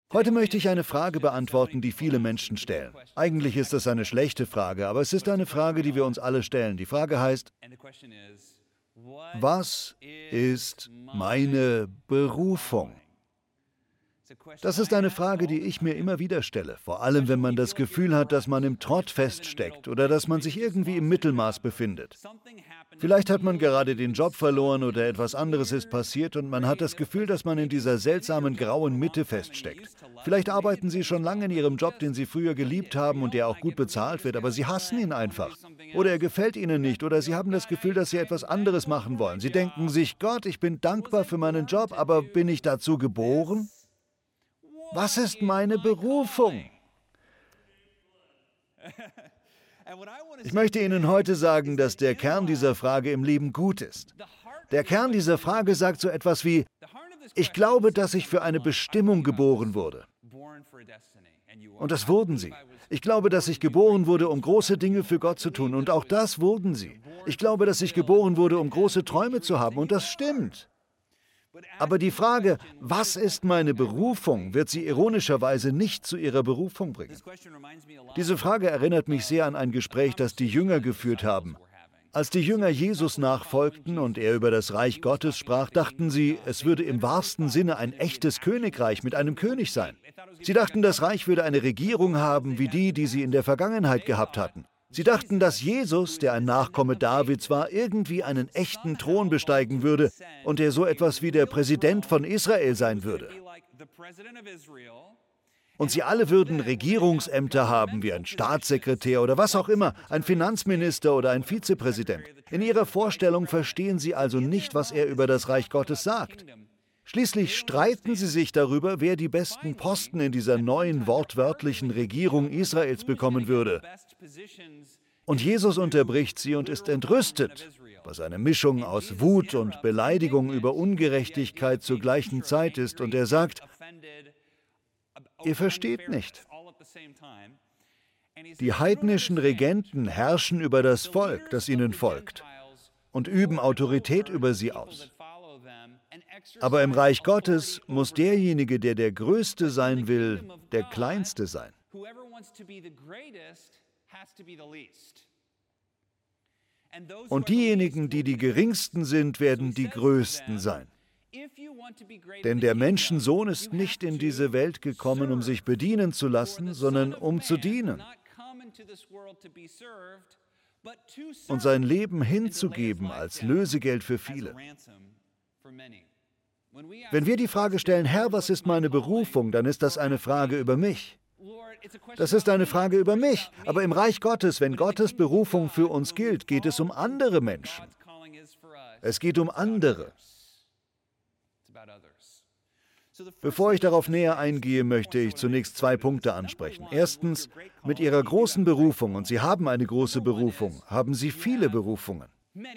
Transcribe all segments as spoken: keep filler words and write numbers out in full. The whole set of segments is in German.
Heute möchte ich eine Frage beantworten, die viele Menschen stellen. Eigentlich ist das eine schlechte Frage, aber es ist eine Frage, die wir uns alle stellen. Die Frage heißt, was ist meine Berufung? Das ist eine Frage, die ich mir immer wieder stelle, vor allem wenn man das Gefühl hat, dass man im Trott feststeckt oder dass man sich irgendwie im Mittelmaß befindet. Vielleicht hat man gerade den Job verloren oder etwas anderes ist passiert und man hat das Gefühl, dass man in dieser seltsamen grauen Mitte feststeckt. Vielleicht arbeiten Sie schon lange in Ihrem Job, den Sie früher geliebt haben und der auch gut bezahlt wird, aber Sie hassen ihn einfach. Oder er gefällt Ihnen nicht oder Sie haben das Gefühl, dass Sie etwas anderes machen wollen. Sie denken sich, Gott, ich bin dankbar für meinen Job, aber bin ich dazu geboren? Was ist meine Berufung? Ich möchte Ihnen heute sagen, dass der Kern dieser Frage im Leben gut ist. Der Kern dieser Frage sagt so etwas wie, ich glaube, dass ich für eine Bestimmung geboren wurde. Und das wurden Sie. Ich glaube, dass ich geboren wurde, um große Dinge für Gott zu tun. Und auch das wurden Sie. Ich glaube, dass ich geboren wurde, um große Träume zu haben. Und das stimmt. Aber die Frage, was ist meine Berufung, wird Sie ironischerweise nicht zu Ihrer Berufung bringen. Diese Frage erinnert mich sehr an ein Gespräch, das die Jünger geführt haben. Als die Jünger Jesus nachfolgten und er über das Reich Gottes sprach, dachten sie, es würde im wahrsten Sinne ein echtes Königreich mit einem König sein. Sie dachten, das Reich würde eine Regierung haben wie die, die sie in der Vergangenheit gehabt hatten. Sie dachten, dass Jesus, der ein Nachkomme Davids war, irgendwie einen echten Thron besteigen würde und er so etwas wie der Präsident von Israel sein würde. Und sie alle würden Regierungsämter haben, wie ein Staatssekretär oder was auch immer, ein Finanzminister oder ein Vizepräsident. In ihrer Vorstellung verstehen sie also nicht, was er über das Reich Gottes sagt. Schließlich streiten sie sich darüber, wer die besten Posten in dieser neuen wortwörtlichen Regierung Israels bekommen würde. Und Jesus unterbricht sie und ist entrüstet, was eine Mischung aus Wut und Beleidigung über Ungerechtigkeit zur gleichen Zeit ist. Und er sagt, ihr versteht nicht. Die heidnischen Regenten herrschen über das Volk, das ihnen folgt, und üben Autorität über sie aus. Aber im Reich Gottes muss derjenige, der der Größte sein will, der Kleinste sein. Und diejenigen, die die Geringsten sind, werden die Größten sein. Denn der Menschensohn ist nicht in diese Welt gekommen, um sich bedienen zu lassen, sondern um zu dienen und sein Leben hinzugeben als Lösegeld für viele. Wenn wir die Frage stellen, Herr, was ist meine Berufung, dann ist das eine Frage über mich. Das ist eine Frage über mich. Aber im Reich Gottes, wenn Gottes Berufung für uns gilt, geht es um andere Menschen. Es geht um andere. Bevor ich darauf näher eingehe, möchte ich zunächst zwei Punkte ansprechen. Erstens, mit Ihrer großen Berufung, und Sie haben eine große Berufung, haben Sie viele Berufungen.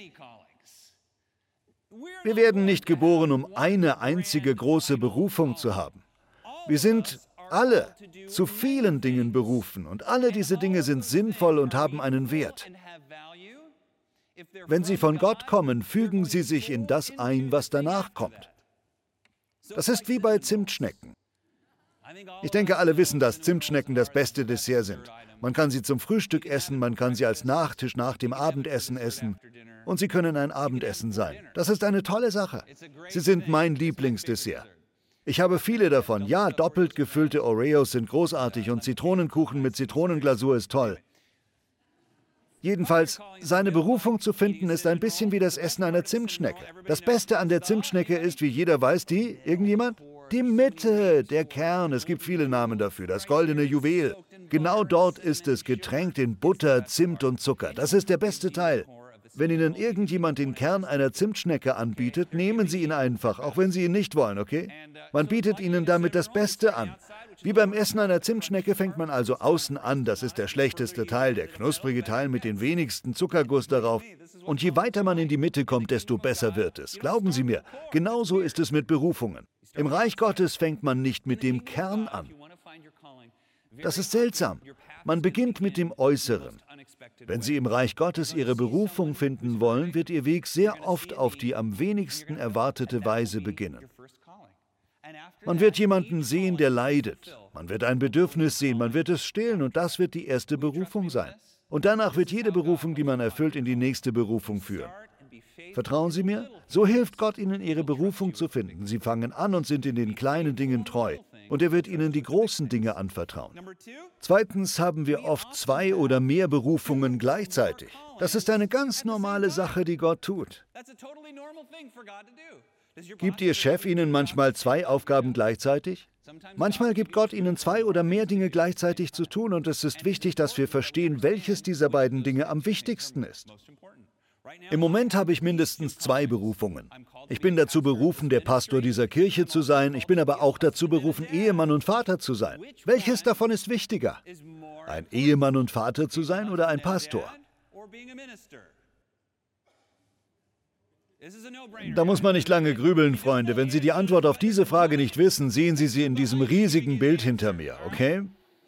Wir werden nicht geboren, um eine einzige große Berufung zu haben. Wir sind alle zu vielen Dingen berufen und alle diese Dinge sind sinnvoll und haben einen Wert. Wenn sie von Gott kommen, fügen sie sich in das ein, was danach kommt. Das ist wie bei Zimtschnecken. Ich denke, alle wissen, dass Zimtschnecken das beste Dessert sind. Man kann sie zum Frühstück essen, man kann sie als Nachtisch nach dem Abendessen essen. Und sie können ein Abendessen sein. Das ist eine tolle Sache. Sie sind mein Lieblingsdessert. Ich habe viele davon. Ja, doppelt gefüllte Oreos sind großartig und Zitronenkuchen mit Zitronenglasur ist toll. Jedenfalls, seine Berufung zu finden, ist ein bisschen wie das Essen einer Zimtschnecke. Das Beste an der Zimtschnecke ist, wie jeder weiß, die, irgendjemand? Die Mitte, der Kern, es gibt viele Namen dafür, das goldene Juwel. Genau dort ist es, getränkt in Butter, Zimt und Zucker. Das ist der beste Teil. Wenn Ihnen irgendjemand den Kern einer Zimtschnecke anbietet, nehmen Sie ihn einfach, auch wenn Sie ihn nicht wollen, okay? Man bietet Ihnen damit das Beste an. Wie beim Essen einer Zimtschnecke fängt man also außen an, das ist der schlechteste Teil, der knusprige Teil mit den wenigsten Zuckerguss darauf. Und je weiter man in die Mitte kommt, desto besser wird es. Glauben Sie mir, genauso ist es mit Berufungen. Im Reich Gottes fängt man nicht mit dem Kern an. Das ist seltsam. Man beginnt mit dem Äußeren. Wenn Sie im Reich Gottes Ihre Berufung finden wollen, wird Ihr Weg sehr oft auf die am wenigsten erwartete Weise beginnen. Man wird jemanden sehen, der leidet. Man wird ein Bedürfnis sehen, man wird es stillen und das wird die erste Berufung sein. Und danach wird jede Berufung, die man erfüllt, in die nächste Berufung führen. Vertrauen Sie mir? So hilft Gott Ihnen, Ihre Berufung zu finden. Sie fangen an und sind in den kleinen Dingen treu. Und er wird Ihnen die großen Dinge anvertrauen. Zweitens haben wir oft zwei oder mehr Berufungen gleichzeitig. Das ist eine ganz normale Sache, die Gott tut. Gibt Ihr Chef Ihnen manchmal zwei Aufgaben gleichzeitig? Manchmal gibt Gott Ihnen zwei oder mehr Dinge gleichzeitig zu tun und es ist wichtig, dass wir verstehen, welches dieser beiden Dinge am wichtigsten ist. Im Moment habe ich mindestens zwei Berufungen. Ich bin dazu berufen, der Pastor dieser Kirche zu sein, ich bin aber auch dazu berufen, Ehemann und Vater zu sein. Welches davon ist wichtiger? Ein Ehemann und Vater zu sein oder ein Pastor? Da muss man nicht lange grübeln, Freunde. Wenn Sie die Antwort auf diese Frage nicht wissen, sehen Sie sie in diesem riesigen Bild hinter mir, okay?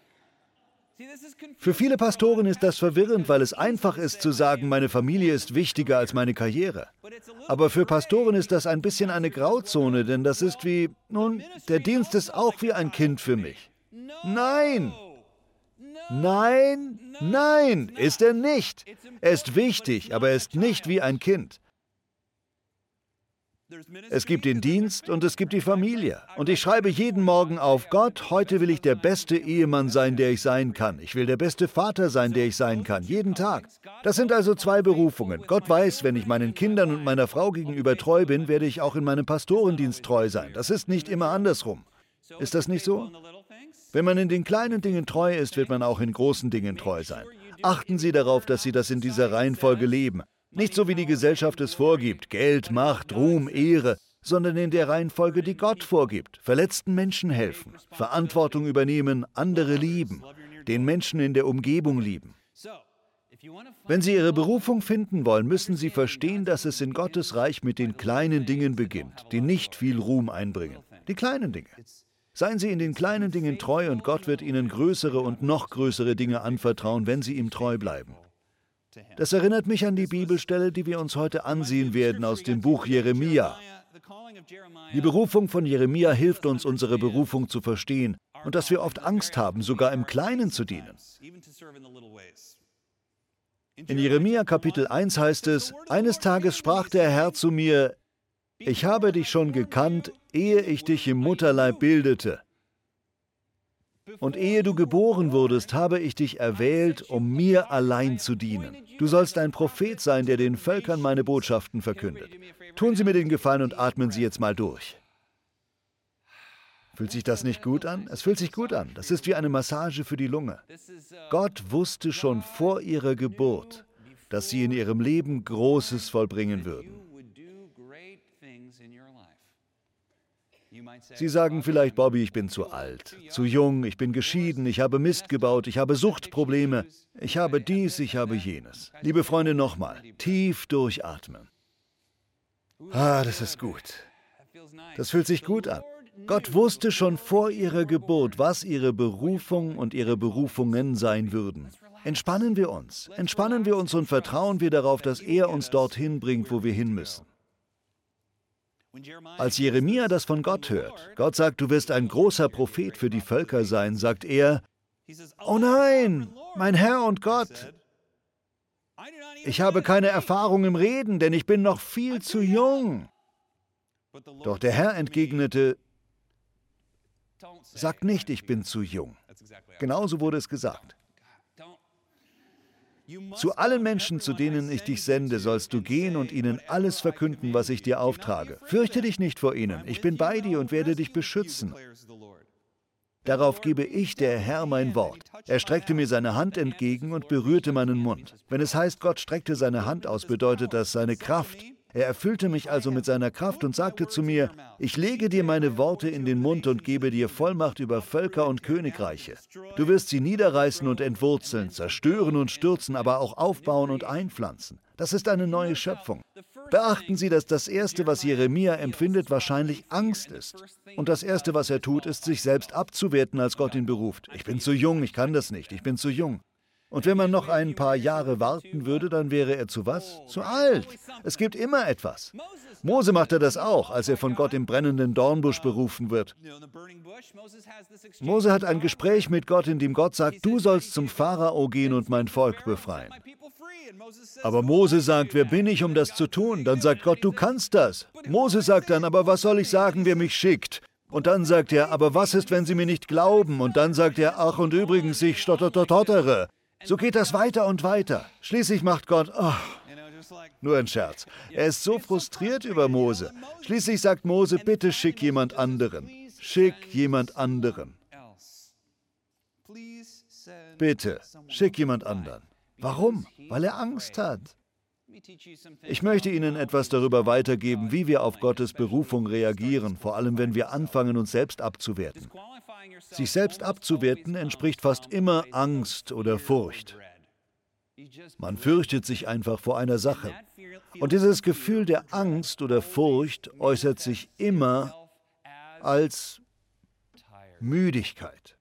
Für viele Pastoren ist das verwirrend, weil es einfach ist zu sagen, meine Familie ist wichtiger als meine Karriere. Aber für Pastoren ist das ein bisschen eine Grauzone, denn das ist wie, nun, der Dienst ist auch wie ein Kind für mich. Nein! Nein, nein, ist er nicht. Er ist wichtig, aber er ist nicht wie ein Kind. Es gibt den Dienst und es gibt die Familie. Und ich schreibe jeden Morgen auf, Gott, heute will ich der beste Ehemann sein, der ich sein kann. Ich will der beste Vater sein, der ich sein kann, jeden Tag. Das sind also zwei Berufungen. Gott weiß, wenn ich meinen Kindern und meiner Frau gegenüber treu bin, werde ich auch in meinem Pastorendienst treu sein. Das ist nicht immer andersrum. Ist das nicht so? Wenn man in den kleinen Dingen treu ist, wird man auch in großen Dingen treu sein. Achten Sie darauf, dass Sie das in dieser Reihenfolge leben. Nicht so, wie die Gesellschaft es vorgibt, Geld, Macht, Ruhm, Ehre, sondern in der Reihenfolge, die Gott vorgibt. Verletzten Menschen helfen, Verantwortung übernehmen, andere lieben, den Menschen in der Umgebung lieben. Wenn Sie Ihre Berufung finden wollen, müssen Sie verstehen, dass es in Gottes Reich mit den kleinen Dingen beginnt, die nicht viel Ruhm einbringen. Die kleinen Dinge. Seien Sie in den kleinen Dingen treu und Gott wird Ihnen größere und noch größere Dinge anvertrauen, wenn Sie ihm treu bleiben. Das erinnert mich an die Bibelstelle, die wir uns heute ansehen werden aus dem Buch Jeremia. Die Berufung von Jeremia hilft uns, unsere Berufung zu verstehen und dass wir oft Angst haben, sogar im Kleinen zu dienen. In Jeremia Kapitel eins heißt es, eines Tages sprach der Herr zu mir, ich habe dich schon gekannt, ehe ich dich im Mutterleib bildete. Und ehe du geboren wurdest, habe ich dich erwählt, um mir allein zu dienen. Du sollst ein Prophet sein, der den Völkern meine Botschaften verkündet. Tun Sie mir den Gefallen und atmen Sie jetzt mal durch. Fühlt sich das nicht gut an? Es fühlt sich gut an. Das ist wie eine Massage für die Lunge. Gott wusste schon vor ihrer Geburt, dass Sie in Ihrem Leben Großes vollbringen würden. Sie sagen vielleicht, Bobby, ich bin zu alt, zu jung, ich bin geschieden, ich habe Mist gebaut, ich habe Suchtprobleme, ich habe dies, ich habe jenes. Liebe Freunde, nochmal, tief durchatmen. Ah, das ist gut. Das fühlt sich gut an. Gott wusste schon vor ihrer Geburt, was ihre Berufung und ihre Berufungen sein würden. Entspannen wir uns, entspannen wir uns und vertrauen wir darauf, dass er uns dorthin bringt, wo wir hin müssen. Als Jeremia das von Gott hört, Gott sagt, du wirst ein großer Prophet für die Völker sein, sagt er, oh nein, mein Herr und Gott, ich habe keine Erfahrung im Reden, denn ich bin noch viel zu jung. Doch der Herr entgegnete, sag nicht, ich bin zu jung. Genauso wurde es gesagt. Zu allen Menschen, zu denen ich dich sende, sollst du gehen und ihnen alles verkünden, was ich dir auftrage. Fürchte dich nicht vor ihnen, ich bin bei dir und werde dich beschützen. Darauf gebe ich, der Herr, mein Wort. Er streckte mir seine Hand entgegen und berührte meinen Mund. Wenn es heißt, Gott streckte seine Hand aus, bedeutet das seine Kraft. Er erfüllte mich also mit seiner Kraft und sagte zu mir, ich lege dir meine Worte in den Mund und gebe dir Vollmacht über Völker und Königreiche. Du wirst sie niederreißen und entwurzeln, zerstören und stürzen, aber auch aufbauen und einpflanzen. Das ist eine neue Schöpfung. Beachten Sie, dass das Erste, was Jeremia empfindet, wahrscheinlich Angst ist. Und das Erste, was er tut, ist, sich selbst abzuwerten, als Gott ihn beruft. Ich bin zu jung, ich kann das nicht, ich bin zu jung. Und wenn man noch ein paar Jahre warten würde, dann wäre er zu was? Zu alt. Es gibt immer etwas. Mose machte das auch, als er von Gott im brennenden Dornbusch berufen wird. Mose hat ein Gespräch mit Gott, in dem Gott sagt, du sollst zum Pharao gehen und mein Volk befreien. Aber Mose sagt, wer bin ich, um das zu tun? Dann sagt Gott, du kannst das. Mose sagt dann, aber was soll ich sagen, wer mich schickt? Und dann sagt er, aber was ist, wenn sie mir nicht glauben? Und dann sagt er, ach und übrigens, ich stottere. So geht das weiter und weiter. Schließlich macht Gott, oh, nur ein Scherz. Er ist so frustriert über Mose. Schließlich sagt Mose, bitte schick jemand anderen. Schick jemand anderen. Bitte, schick jemand anderen. Warum? Weil er Angst hat. Ich möchte Ihnen etwas darüber weitergeben, wie wir auf Gottes Berufung reagieren, vor allem wenn wir anfangen, uns selbst abzuwerten. Sich selbst abzuwerten entspricht fast immer Angst oder Furcht. Man fürchtet sich einfach vor einer Sache. Und dieses Gefühl der Angst oder Furcht äußert sich immer als Müdigkeit.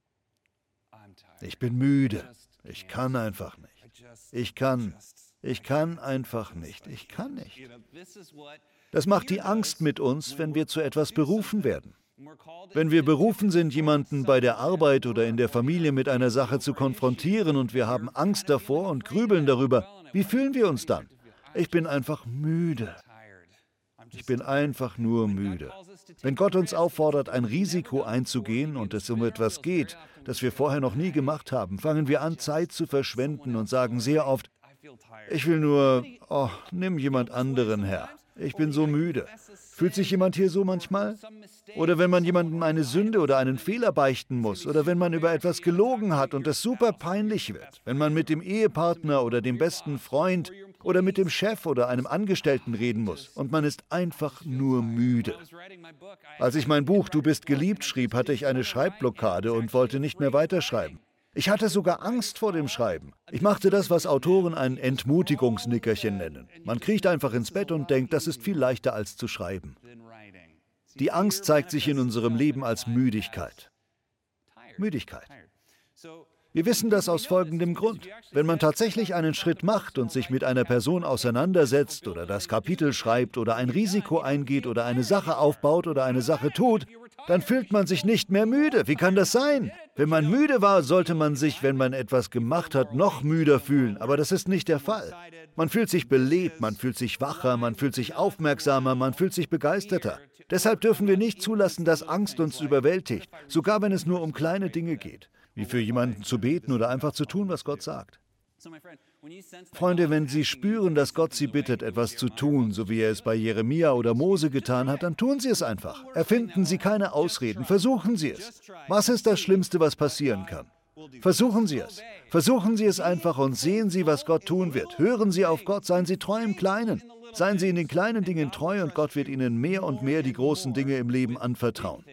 Ich bin müde. Ich kann einfach nicht. Ich kann. Ich kann einfach nicht. Ich kann nicht. Das macht die Angst mit uns, wenn wir zu etwas berufen werden. Wenn wir berufen sind, jemanden bei der Arbeit oder in der Familie mit einer Sache zu konfrontieren und wir haben Angst davor und grübeln darüber, wie fühlen wir uns dann? Ich bin einfach müde. Ich bin einfach nur müde. Wenn Gott uns auffordert, ein Risiko einzugehen und es um etwas geht, das wir vorher noch nie gemacht haben, fangen wir an, Zeit zu verschwenden und sagen sehr oft, ich will nur, oh, nimm jemand anderen, Herr. Ich bin so müde. Fühlt sich jemand hier so manchmal? Oder wenn man jemandem eine Sünde oder einen Fehler beichten muss, oder wenn man über etwas gelogen hat und es super peinlich wird, wenn man mit dem Ehepartner oder dem besten Freund oder mit dem Chef oder einem Angestellten reden muss und man ist einfach nur müde. Als ich mein Buch Du bist geliebt schrieb, hatte ich eine Schreibblockade und wollte nicht mehr weiterschreiben. Ich hatte sogar Angst vor dem Schreiben. Ich machte das, was Autoren ein Entmutigungsnickerchen nennen. Man kriecht einfach ins Bett und denkt, das ist viel leichter als zu schreiben. Die Angst zeigt sich in unserem Leben als Müdigkeit. Müdigkeit. Wir wissen das aus folgendem Grund. Wenn man tatsächlich einen Schritt macht und sich mit einer Person auseinandersetzt oder das Kapitel schreibt oder ein Risiko eingeht oder eine Sache aufbaut oder eine Sache tut, dann fühlt man sich nicht mehr müde. Wie kann das sein? Wenn man müde war, sollte man sich, wenn man etwas gemacht hat, noch müder fühlen. Aber das ist nicht der Fall. Man fühlt sich belebt, man fühlt sich wacher, man fühlt sich aufmerksamer, man fühlt sich begeisterter. Deshalb dürfen wir nicht zulassen, dass Angst uns überwältigt, sogar wenn es nur um kleine Dinge geht, wie für jemanden zu beten oder einfach zu tun, was Gott sagt. Freunde, wenn Sie spüren, dass Gott Sie bittet, etwas zu tun, so wie er es bei Jeremia oder Mose getan hat, dann tun Sie es einfach. Erfinden Sie keine Ausreden, versuchen Sie es. Was ist das Schlimmste, was passieren kann? Versuchen Sie es. Versuchen Sie es einfach und sehen Sie, was Gott tun wird. Hören Sie auf Gott, seien Sie treu im Kleinen. Seien Sie in den kleinen Dingen treu und Gott wird Ihnen mehr und mehr die großen Dinge im Leben anvertrauen.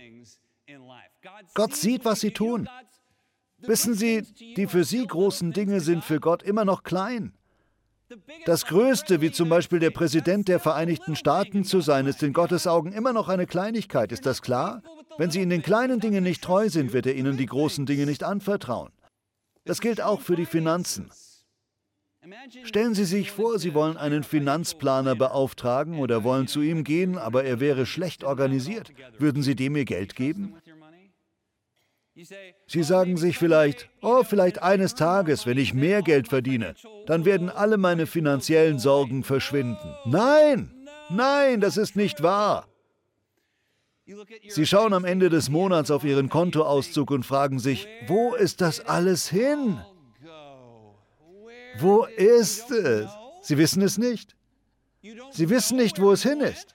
Gott sieht, was Sie tun. Wissen Sie, die für Sie großen Dinge sind für Gott immer noch klein. Das Größte, wie zum Beispiel der Präsident der Vereinigten Staaten zu sein, ist in Gottes Augen immer noch eine Kleinigkeit. Ist das klar? Wenn Sie in den kleinen Dingen nicht treu sind, wird er Ihnen die großen Dinge nicht anvertrauen. Das gilt auch für die Finanzen. Stellen Sie sich vor, Sie wollen einen Finanzplaner beauftragen oder wollen zu ihm gehen, aber er wäre schlecht organisiert. Würden Sie dem Ihr Geld geben? Sie sagen sich vielleicht, oh, vielleicht eines Tages, wenn ich mehr Geld verdiene, dann werden alle meine finanziellen Sorgen verschwinden. Nein, nein, das ist nicht wahr. Sie schauen am Ende des Monats auf Ihren Kontoauszug und fragen sich, wo ist das alles hin? Wo ist es? Sie wissen es nicht. Sie wissen nicht, wo es hin ist.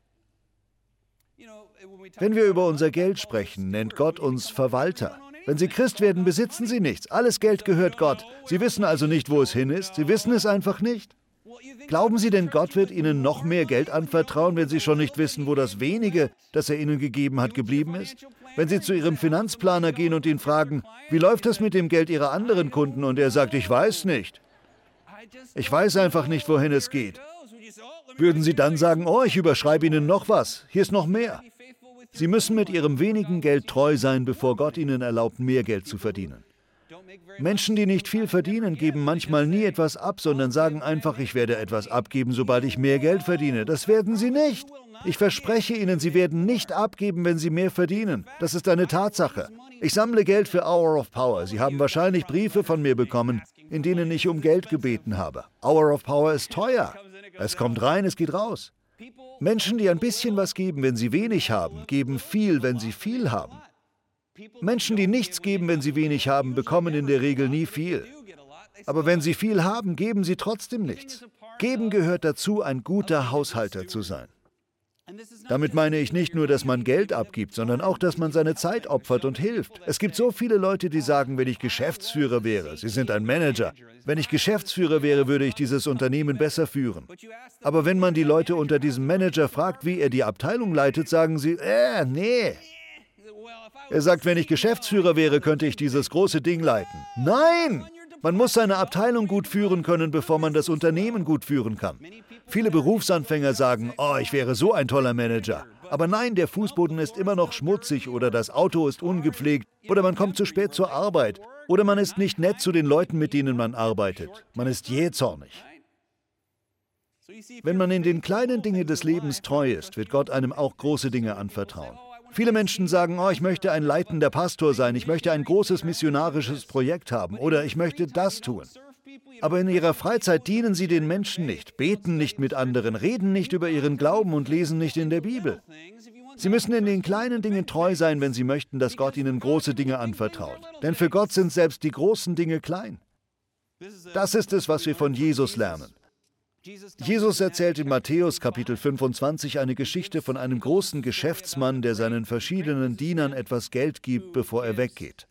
Wenn wir über unser Geld sprechen, nennt Gott uns Verwalter. Wenn Sie Christ werden, besitzen Sie nichts. Alles Geld gehört Gott. Sie wissen also nicht, wo es hin ist. Sie wissen es einfach nicht. Glauben Sie denn, Gott wird Ihnen noch mehr Geld anvertrauen, wenn Sie schon nicht wissen, wo das wenige, das er Ihnen gegeben hat, geblieben ist? Wenn Sie zu Ihrem Finanzplaner gehen und ihn fragen, wie läuft es mit dem Geld Ihrer anderen Kunden? Und er sagt, ich weiß nicht. Ich weiß einfach nicht, wohin es geht. Würden Sie dann sagen, oh, ich überschreibe Ihnen noch was. Hier ist noch mehr. Sie müssen mit Ihrem wenigen Geld treu sein, bevor Gott Ihnen erlaubt, mehr Geld zu verdienen. Menschen, die nicht viel verdienen, geben manchmal nie etwas ab, sondern sagen einfach, ich werde etwas abgeben, sobald ich mehr Geld verdiene. Das werden sie nicht. Ich verspreche Ihnen, Sie werden nicht abgeben, wenn Sie mehr verdienen. Das ist eine Tatsache. Ich sammle Geld für Hour of Power. Sie haben wahrscheinlich Briefe von mir bekommen, in denen ich um Geld gebeten habe. Hour of Power ist teuer. Es kommt rein, es geht raus. Menschen, die ein bisschen was geben, wenn sie wenig haben, geben viel, wenn sie viel haben. Menschen, die nichts geben, wenn sie wenig haben, bekommen in der Regel nie viel. Aber wenn sie viel haben, geben sie trotzdem nichts. Geben gehört dazu, ein guter Haushalter zu sein. Damit meine ich nicht nur, dass man Geld abgibt, sondern auch, dass man seine Zeit opfert und hilft. Es gibt so viele Leute, die sagen, wenn ich Geschäftsführer wäre, sie sind ein Manager, wenn ich Geschäftsführer wäre, würde ich dieses Unternehmen besser führen. Aber wenn man die Leute unter diesem Manager fragt, wie er die Abteilung leitet, sagen sie, äh, nee. Er sagt, wenn ich Geschäftsführer wäre, könnte ich dieses große Ding leiten. Nein! Man muss seine Abteilung gut führen können, bevor man das Unternehmen gut führen kann. Viele Berufsanfänger sagen, oh, ich wäre so ein toller Manager. Aber nein, der Fußboden ist immer noch schmutzig oder das Auto ist ungepflegt oder man kommt zu spät zur Arbeit oder man ist nicht nett zu den Leuten, mit denen man arbeitet. Man ist jähzornig. Wenn man in den kleinen Dingen des Lebens treu ist, wird Gott einem auch große Dinge anvertrauen. Viele Menschen sagen, oh, ich möchte ein leitender Pastor sein, ich möchte ein großes missionarisches Projekt haben oder ich möchte das tun. Aber in ihrer Freizeit dienen sie den Menschen nicht, beten nicht mit anderen, reden nicht über ihren Glauben und lesen nicht in der Bibel. Sie müssen in den kleinen Dingen treu sein, wenn sie möchten, dass Gott ihnen große Dinge anvertraut. Denn für Gott sind selbst die großen Dinge klein. Das ist es, was wir von Jesus lernen. Jesus erzählt in Matthäus Kapitel fünfundzwanzig eine Geschichte von einem großen Geschäftsmann, der seinen verschiedenen Dienern etwas Geld gibt, bevor er weggeht.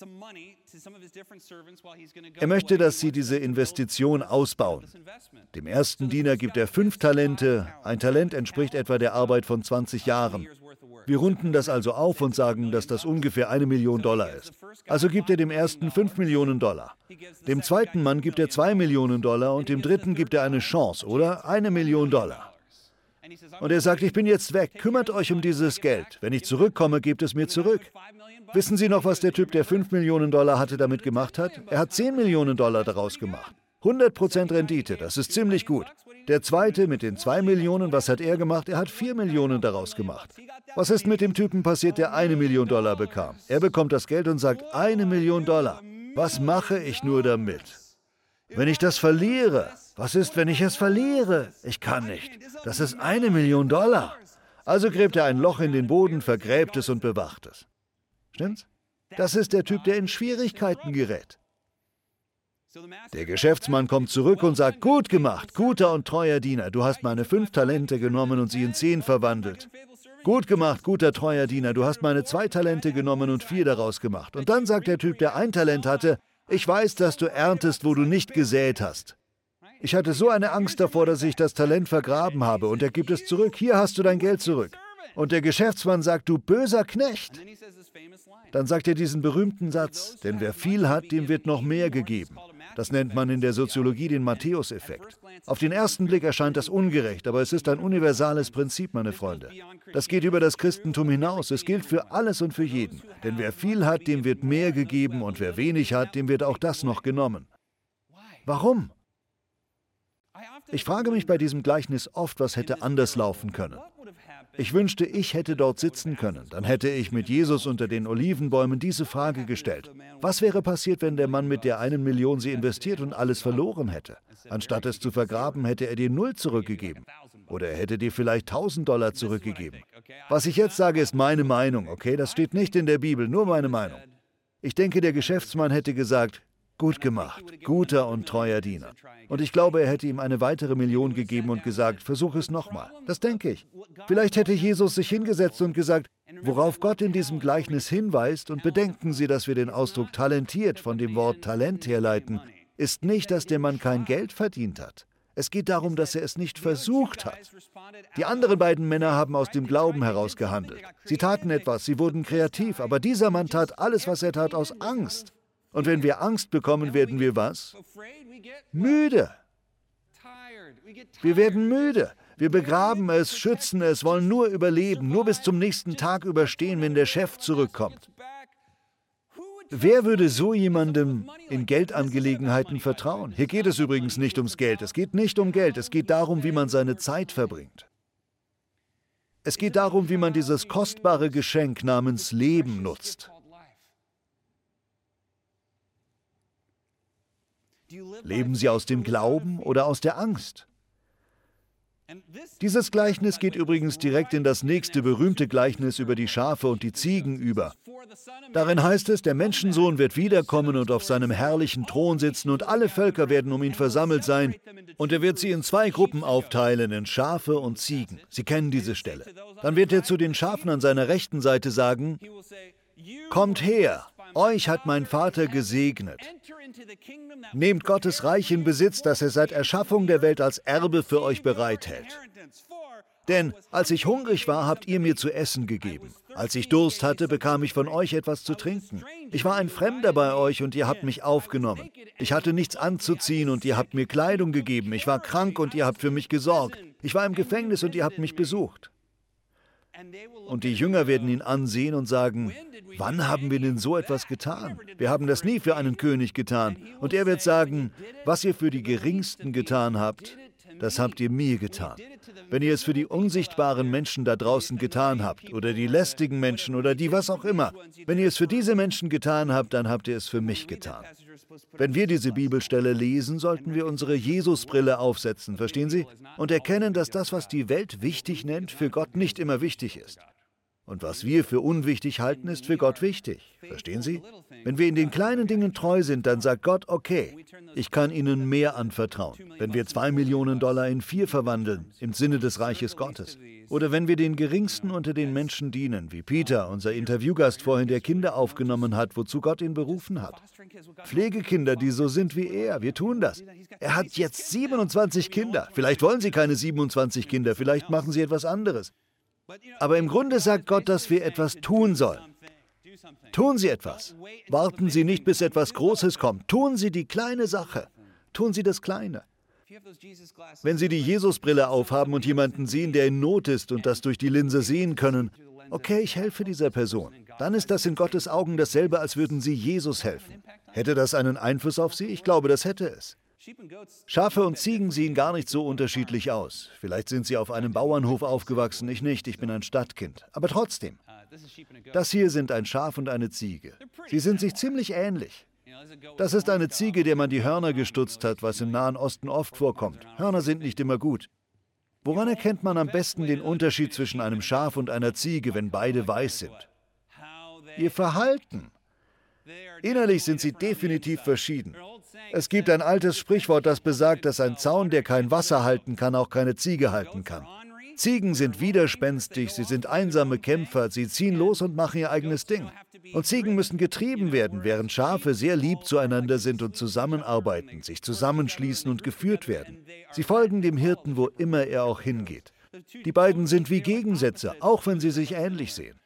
Er möchte, dass sie diese Investition ausbauen. Dem ersten Diener gibt er fünf Talente. Ein Talent entspricht etwa der Arbeit von zwanzig Jahren. Wir runden das also auf und sagen, dass das ungefähr eine Million Dollar ist. Also gibt er dem ersten fünf Millionen Dollar. Dem zweiten Mann gibt er zwei Millionen Dollar und dem dritten gibt er eine Chance, oder? Eine Million Dollar. Und er sagt, ich bin jetzt weg, kümmert euch um dieses Geld. Wenn ich zurückkomme, gebt es mir zurück. Wissen Sie noch, was der Typ, der fünf Millionen Dollar hatte, damit gemacht hat? Er hat zehn Millionen Dollar daraus gemacht. hundert Prozent Rendite, das ist ziemlich gut. Der zweite mit den zwei Millionen, was hat er gemacht? Er hat vier Millionen daraus gemacht. Was ist mit dem Typen passiert, der eine Million Dollar bekam? Er bekommt das Geld und sagt, eine Million Dollar. Was mache ich nur damit? Wenn ich das verliere, was ist, wenn ich es verliere? Ich kann nicht. Das ist eine Million Dollar. Also gräbt er ein Loch in den Boden, vergräbt es und bewacht es. Stimmt's? Das ist der Typ, der in Schwierigkeiten gerät. Der Geschäftsmann kommt zurück und sagt, gut gemacht, guter und treuer Diener, du hast meine fünf Talente genommen und sie in zehn verwandelt. Gut gemacht, guter, treuer Diener, du hast meine zwei Talente genommen und vier daraus gemacht. Und dann sagt der Typ, der ein Talent hatte, ich weiß, dass du erntest, wo du nicht gesät hast. Ich hatte so eine Angst davor, dass ich das Talent vergraben habe und er gibt es zurück, hier hast du dein Geld zurück. Und der Geschäftsmann sagt, du böser Knecht. Dann sagt er diesen berühmten Satz, denn wer viel hat, dem wird noch mehr gegeben. Das nennt man in der Soziologie den Matthäus-Effekt. Auf den ersten Blick erscheint das ungerecht, aber es ist ein universales Prinzip, meine Freunde. Das geht über das Christentum hinaus. Es gilt für alles und für jeden. Denn wer viel hat, dem wird mehr gegeben und wer wenig hat, dem wird auch das noch genommen. Warum? Ich frage mich bei diesem Gleichnis oft, was hätte anders laufen können. Ich wünschte, ich hätte dort sitzen können. Dann hätte ich mit Jesus unter den Olivenbäumen diese Frage gestellt. Was wäre passiert, wenn der Mann mit der einen Million sie investiert und alles verloren hätte? Anstatt es zu vergraben, hätte er dir null zurückgegeben. Oder er hätte dir vielleicht tausend Dollar zurückgegeben. Was ich jetzt sage, ist meine Meinung, okay? Das steht nicht in der Bibel, nur meine Meinung. Ich denke, der Geschäftsmann hätte gesagt, gut gemacht, guter und treuer Diener. Und ich glaube, er hätte ihm eine weitere Million gegeben und gesagt, versuch es nochmal. Das denke ich. Vielleicht hätte Jesus sich hingesetzt und gesagt, worauf Gott in diesem Gleichnis hinweist, und bedenken Sie, dass wir den Ausdruck talentiert von dem Wort Talent herleiten, ist nicht, dass der Mann kein Geld verdient hat. Es geht darum, dass er es nicht versucht hat. Die anderen beiden Männer haben aus dem Glauben heraus gehandelt. Sie taten etwas, sie wurden kreativ, aber dieser Mann tat alles, was er tat, aus Angst. Und wenn wir Angst bekommen, werden wir was? Müde. Wir werden müde. Wir begraben es, schützen es, wollen nur überleben, nur bis zum nächsten Tag überstehen, wenn der Chef zurückkommt. Wer würde so jemandem in Geldangelegenheiten vertrauen? Hier geht es übrigens nicht ums Geld. Es geht nicht um Geld. Es geht darum, wie man seine Zeit verbringt. Es geht darum, wie man dieses kostbare Geschenk namens Leben nutzt. Leben Sie aus dem Glauben oder aus der Angst? Dieses Gleichnis geht übrigens direkt in das nächste berühmte Gleichnis über die Schafe und die Ziegen über. Darin heißt es, der Menschensohn wird wiederkommen und auf seinem herrlichen Thron sitzen und alle Völker werden um ihn versammelt sein und er wird sie in zwei Gruppen aufteilen, in Schafe und Ziegen. Sie kennen diese Stelle. Dann wird er zu den Schafen an seiner rechten Seite sagen, kommt her, euch hat mein Vater gesegnet. Nehmt Gottes Reich in Besitz, das er seit Erschaffung der Welt als Erbe für euch bereithält. Denn als ich hungrig war, habt ihr mir zu essen gegeben. Als ich Durst hatte, bekam ich von euch etwas zu trinken. Ich war ein Fremder bei euch und ihr habt mich aufgenommen. Ich hatte nichts anzuziehen und ihr habt mir Kleidung gegeben. Ich war krank und ihr habt für mich gesorgt. Ich war im Gefängnis und ihr habt mich besucht. Und die Jünger werden ihn ansehen und sagen, wann haben wir denn so etwas getan? Wir haben das nie für einen König getan. Und er wird sagen, was ihr für die Geringsten getan habt, das habt ihr mir getan. Wenn ihr es für die unsichtbaren Menschen da draußen getan habt, oder die lästigen Menschen, oder die was auch immer, wenn ihr es für diese Menschen getan habt, dann habt ihr es für mich getan. Wenn wir diese Bibelstelle lesen, sollten wir unsere Jesusbrille aufsetzen, verstehen Sie? Und erkennen, dass das, was die Welt wichtig nennt, für Gott nicht immer wichtig ist. Und was wir für unwichtig halten, ist für Gott wichtig. Verstehen Sie? Wenn wir in den kleinen Dingen treu sind, dann sagt Gott, okay, ich kann Ihnen mehr anvertrauen. Wenn wir zwei Millionen Dollar in vier verwandeln, im Sinne des Reiches Gottes. Oder wenn wir den Geringsten unter den Menschen dienen, wie Peter, unser Interviewgast vorhin, der Kinder aufgenommen hat, wozu Gott ihn berufen hat. Pflegekinder, die so sind wie er, wir tun das. Er hat jetzt siebenundzwanzig Kinder. Vielleicht wollen Sie keine siebenundzwanzig Kinder, vielleicht machen Sie etwas anderes. Aber im Grunde sagt Gott, dass wir etwas tun sollen. Tun Sie etwas. Warten Sie nicht, bis etwas Großes kommt. Tun Sie die kleine Sache. Tun Sie das Kleine. Wenn Sie die Jesusbrille aufhaben und jemanden sehen, der in Not ist und das durch die Linse sehen können, okay, ich helfe dieser Person, dann ist das in Gottes Augen dasselbe, als würden Sie Jesus helfen. Hätte das einen Einfluss auf Sie? Ich glaube, das hätte es. Schafe und Ziegen sehen gar nicht so unterschiedlich aus. Vielleicht sind sie auf einem Bauernhof aufgewachsen, ich nicht, ich bin ein Stadtkind. Aber trotzdem, das hier sind ein Schaf und eine Ziege. Sie sind sich ziemlich ähnlich. Das ist eine Ziege, der man die Hörner gestutzt hat, was im Nahen Osten oft vorkommt. Hörner sind nicht immer gut. Woran erkennt man am besten den Unterschied zwischen einem Schaf und einer Ziege, wenn beide weiß sind? Ihr Verhalten. Innerlich sind sie definitiv verschieden. Es gibt ein altes Sprichwort, das besagt, dass ein Zaun, der kein Wasser halten kann, auch keine Ziege halten kann. Ziegen sind widerspenstig, sie sind einsame Kämpfer, sie ziehen los und machen ihr eigenes Ding. Und Ziegen müssen getrieben werden, während Schafe sehr lieb zueinander sind und zusammenarbeiten, sich zusammenschließen und geführt werden. Sie folgen dem Hirten, wo immer er auch hingeht. Die beiden sind wie Gegensätze, auch wenn sie sich ähnlich sehen.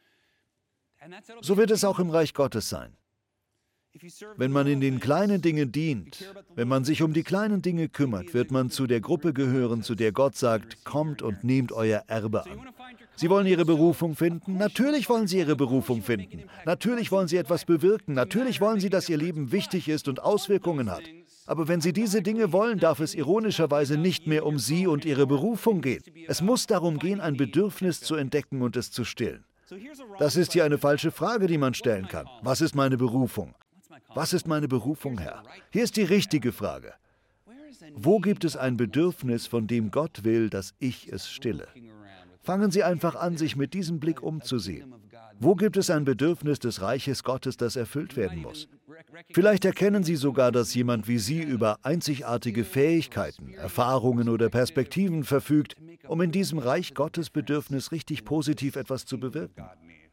So wird es auch im Reich Gottes sein. Wenn man in den kleinen Dingen dient, wenn man sich um die kleinen Dinge kümmert, wird man zu der Gruppe gehören, zu der Gott sagt, kommt und nehmt euer Erbe an. Sie wollen ihre Berufung finden? Natürlich wollen sie ihre Berufung finden. Natürlich wollen sie etwas bewirken. Natürlich wollen sie, dass ihr Leben wichtig ist und Auswirkungen hat. Aber wenn sie diese Dinge wollen, darf es ironischerweise nicht mehr um sie und ihre Berufung gehen. Es muss darum gehen, ein Bedürfnis zu entdecken und es zu stillen. Das ist hier eine falsche Frage, die man stellen kann. Was ist meine Berufung? Was ist meine Berufung, Herr? Hier ist die richtige Frage. Wo gibt es ein Bedürfnis, von dem Gott will, dass ich es stille? Fangen Sie einfach an, sich mit diesem Blick umzusehen. Wo gibt es ein Bedürfnis des Reiches Gottes, das erfüllt werden muss? Vielleicht erkennen Sie sogar, dass jemand wie Sie über einzigartige Fähigkeiten, Erfahrungen oder Perspektiven verfügt, um in diesem Reich Gottes Bedürfnis richtig positiv etwas zu bewirken.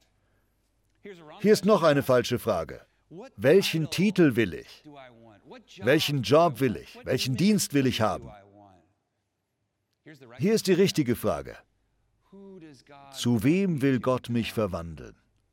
Hier ist noch eine falsche Frage. Welchen Titel will ich? Welchen Job will ich? Welchen Dienst will ich haben? Hier ist die richtige Frage. Zu wem will Gott mich verwandeln?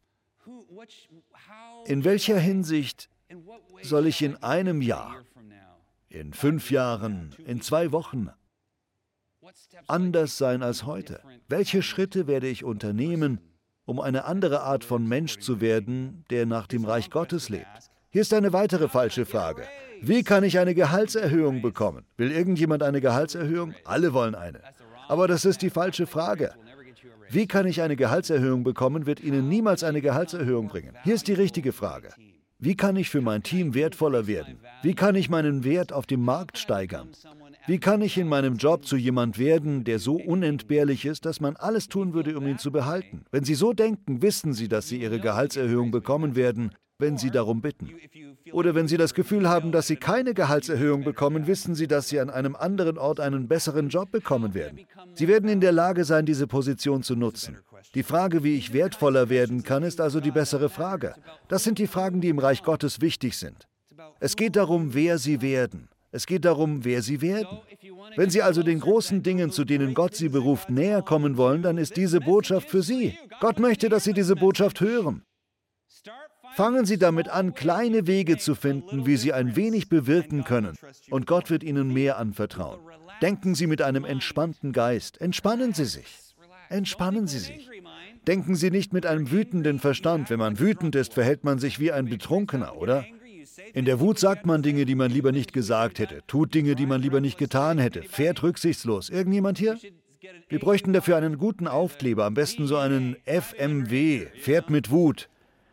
In welcher Hinsicht soll ich in einem Jahr, in fünf Jahren, in zwei Wochen anders sein als heute? Welche Schritte werde ich unternehmen, um eine andere Art von Mensch zu werden, der nach dem Reich Gottes lebt? Hier ist eine weitere falsche Frage. Wie kann ich eine Gehaltserhöhung bekommen? Will irgendjemand eine Gehaltserhöhung? Alle wollen eine. Aber das ist die falsche Frage. Wie kann ich eine Gehaltserhöhung bekommen, wird Ihnen niemals eine Gehaltserhöhung bringen. Hier ist die richtige Frage. Wie kann ich für mein Team wertvoller werden? Wie kann ich meinen Wert auf dem Markt steigern? Wie kann ich in meinem Job zu jemand werden, der so unentbehrlich ist, dass man alles tun würde, um ihn zu behalten? Wenn Sie so denken, wissen Sie, dass Sie Ihre Gehaltserhöhung bekommen werden, wenn Sie darum bitten. Oder wenn Sie das Gefühl haben, dass Sie keine Gehaltserhöhung bekommen, wissen Sie, dass Sie an einem anderen Ort einen besseren Job bekommen werden. Sie werden in der Lage sein, diese Position zu nutzen. Die Frage, wie ich wertvoller werden kann, ist also die bessere Frage. Das sind die Fragen, die im Reich Gottes wichtig sind. Es geht darum, wer Sie werden. Es geht darum, wer Sie werden. Wenn Sie also den großen Dingen, zu denen Gott Sie beruft, näher kommen wollen, dann ist diese Botschaft für Sie. Gott möchte, dass Sie diese Botschaft hören. Fangen Sie damit an, kleine Wege zu finden, wie Sie ein wenig bewirken können, und Gott wird Ihnen mehr anvertrauen. Denken Sie mit einem entspannten Geist. Entspannen Sie sich. Entspannen Sie sich. Denken Sie nicht mit einem wütenden Verstand. Wenn man wütend ist, verhält man sich wie ein Betrunkener, oder? In der Wut sagt man Dinge, die man lieber nicht gesagt hätte, tut Dinge, die man lieber nicht getan hätte, fährt rücksichtslos. Irgendjemand hier? Wir bräuchten dafür einen guten Aufkleber, am besten so einen F M W, fährt mit Wut.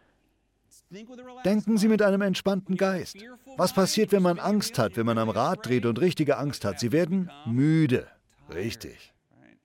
Denken Sie mit einem entspannten Geist. Was passiert, wenn man Angst hat, wenn man am Rad dreht und richtige Angst hat? Sie werden müde. Richtig.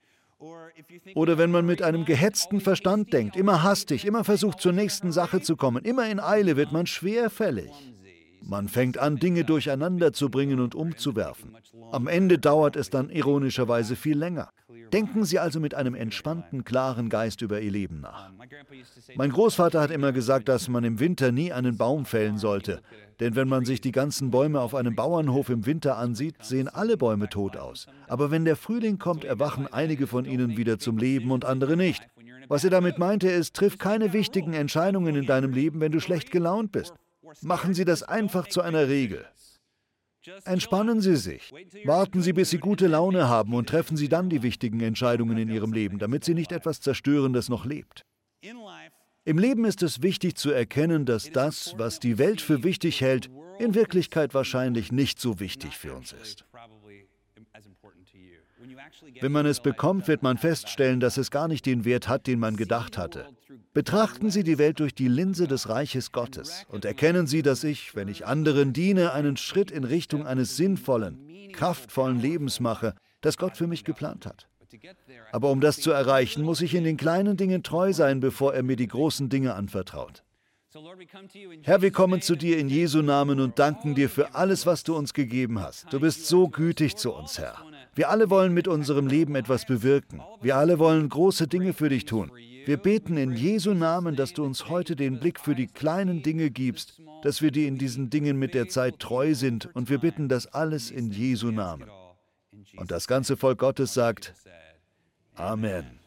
Oder wenn man mit einem gehetzten Verstand denkt, immer hastig, immer versucht, zur nächsten Sache zu kommen, immer in Eile, wird man schwerfällig. Man fängt an, Dinge durcheinander zu bringen und umzuwerfen. Am Ende dauert es dann ironischerweise viel länger. Denken Sie also mit einem entspannten, klaren Geist über Ihr Leben nach. Mein Großvater hat immer gesagt, dass man im Winter nie einen Baum fällen sollte. Denn wenn man sich die ganzen Bäume auf einem Bauernhof im Winter ansieht, sehen alle Bäume tot aus. Aber wenn der Frühling kommt, erwachen einige von ihnen wieder zum Leben und andere nicht. Was er damit meinte, ist, triff keine wichtigen Entscheidungen in deinem Leben, wenn du schlecht gelaunt bist. Machen Sie das einfach zu einer Regel. Entspannen Sie sich. Warten Sie, bis Sie gute Laune haben und treffen Sie dann die wichtigen Entscheidungen in Ihrem Leben, damit Sie nicht etwas zerstören, das noch lebt. Im Leben ist es wichtig zu erkennen, dass das, was die Welt für wichtig hält, in Wirklichkeit wahrscheinlich nicht so wichtig für uns ist. Wenn man es bekommt, wird man feststellen, dass es gar nicht den Wert hat, den man gedacht hatte. Betrachten Sie die Welt durch die Linse des Reiches Gottes und erkennen Sie, dass ich, wenn ich anderen diene, einen Schritt in Richtung eines sinnvollen, kraftvollen Lebens mache, das Gott für mich geplant hat. Aber um das zu erreichen, muss ich in den kleinen Dingen treu sein, bevor er mir die großen Dinge anvertraut. Herr, wir kommen zu dir in Jesu Namen und danken dir für alles, was du uns gegeben hast. Du bist so gütig zu uns, Herr. Wir alle wollen mit unserem Leben etwas bewirken. Wir alle wollen große Dinge für dich tun. Wir beten in Jesu Namen, dass du uns heute den Blick für die kleinen Dinge gibst, dass wir dir in diesen Dingen mit der Zeit treu sind, und wir bitten das alles in Jesu Namen. Und das ganze Volk Gottes sagt, Amen.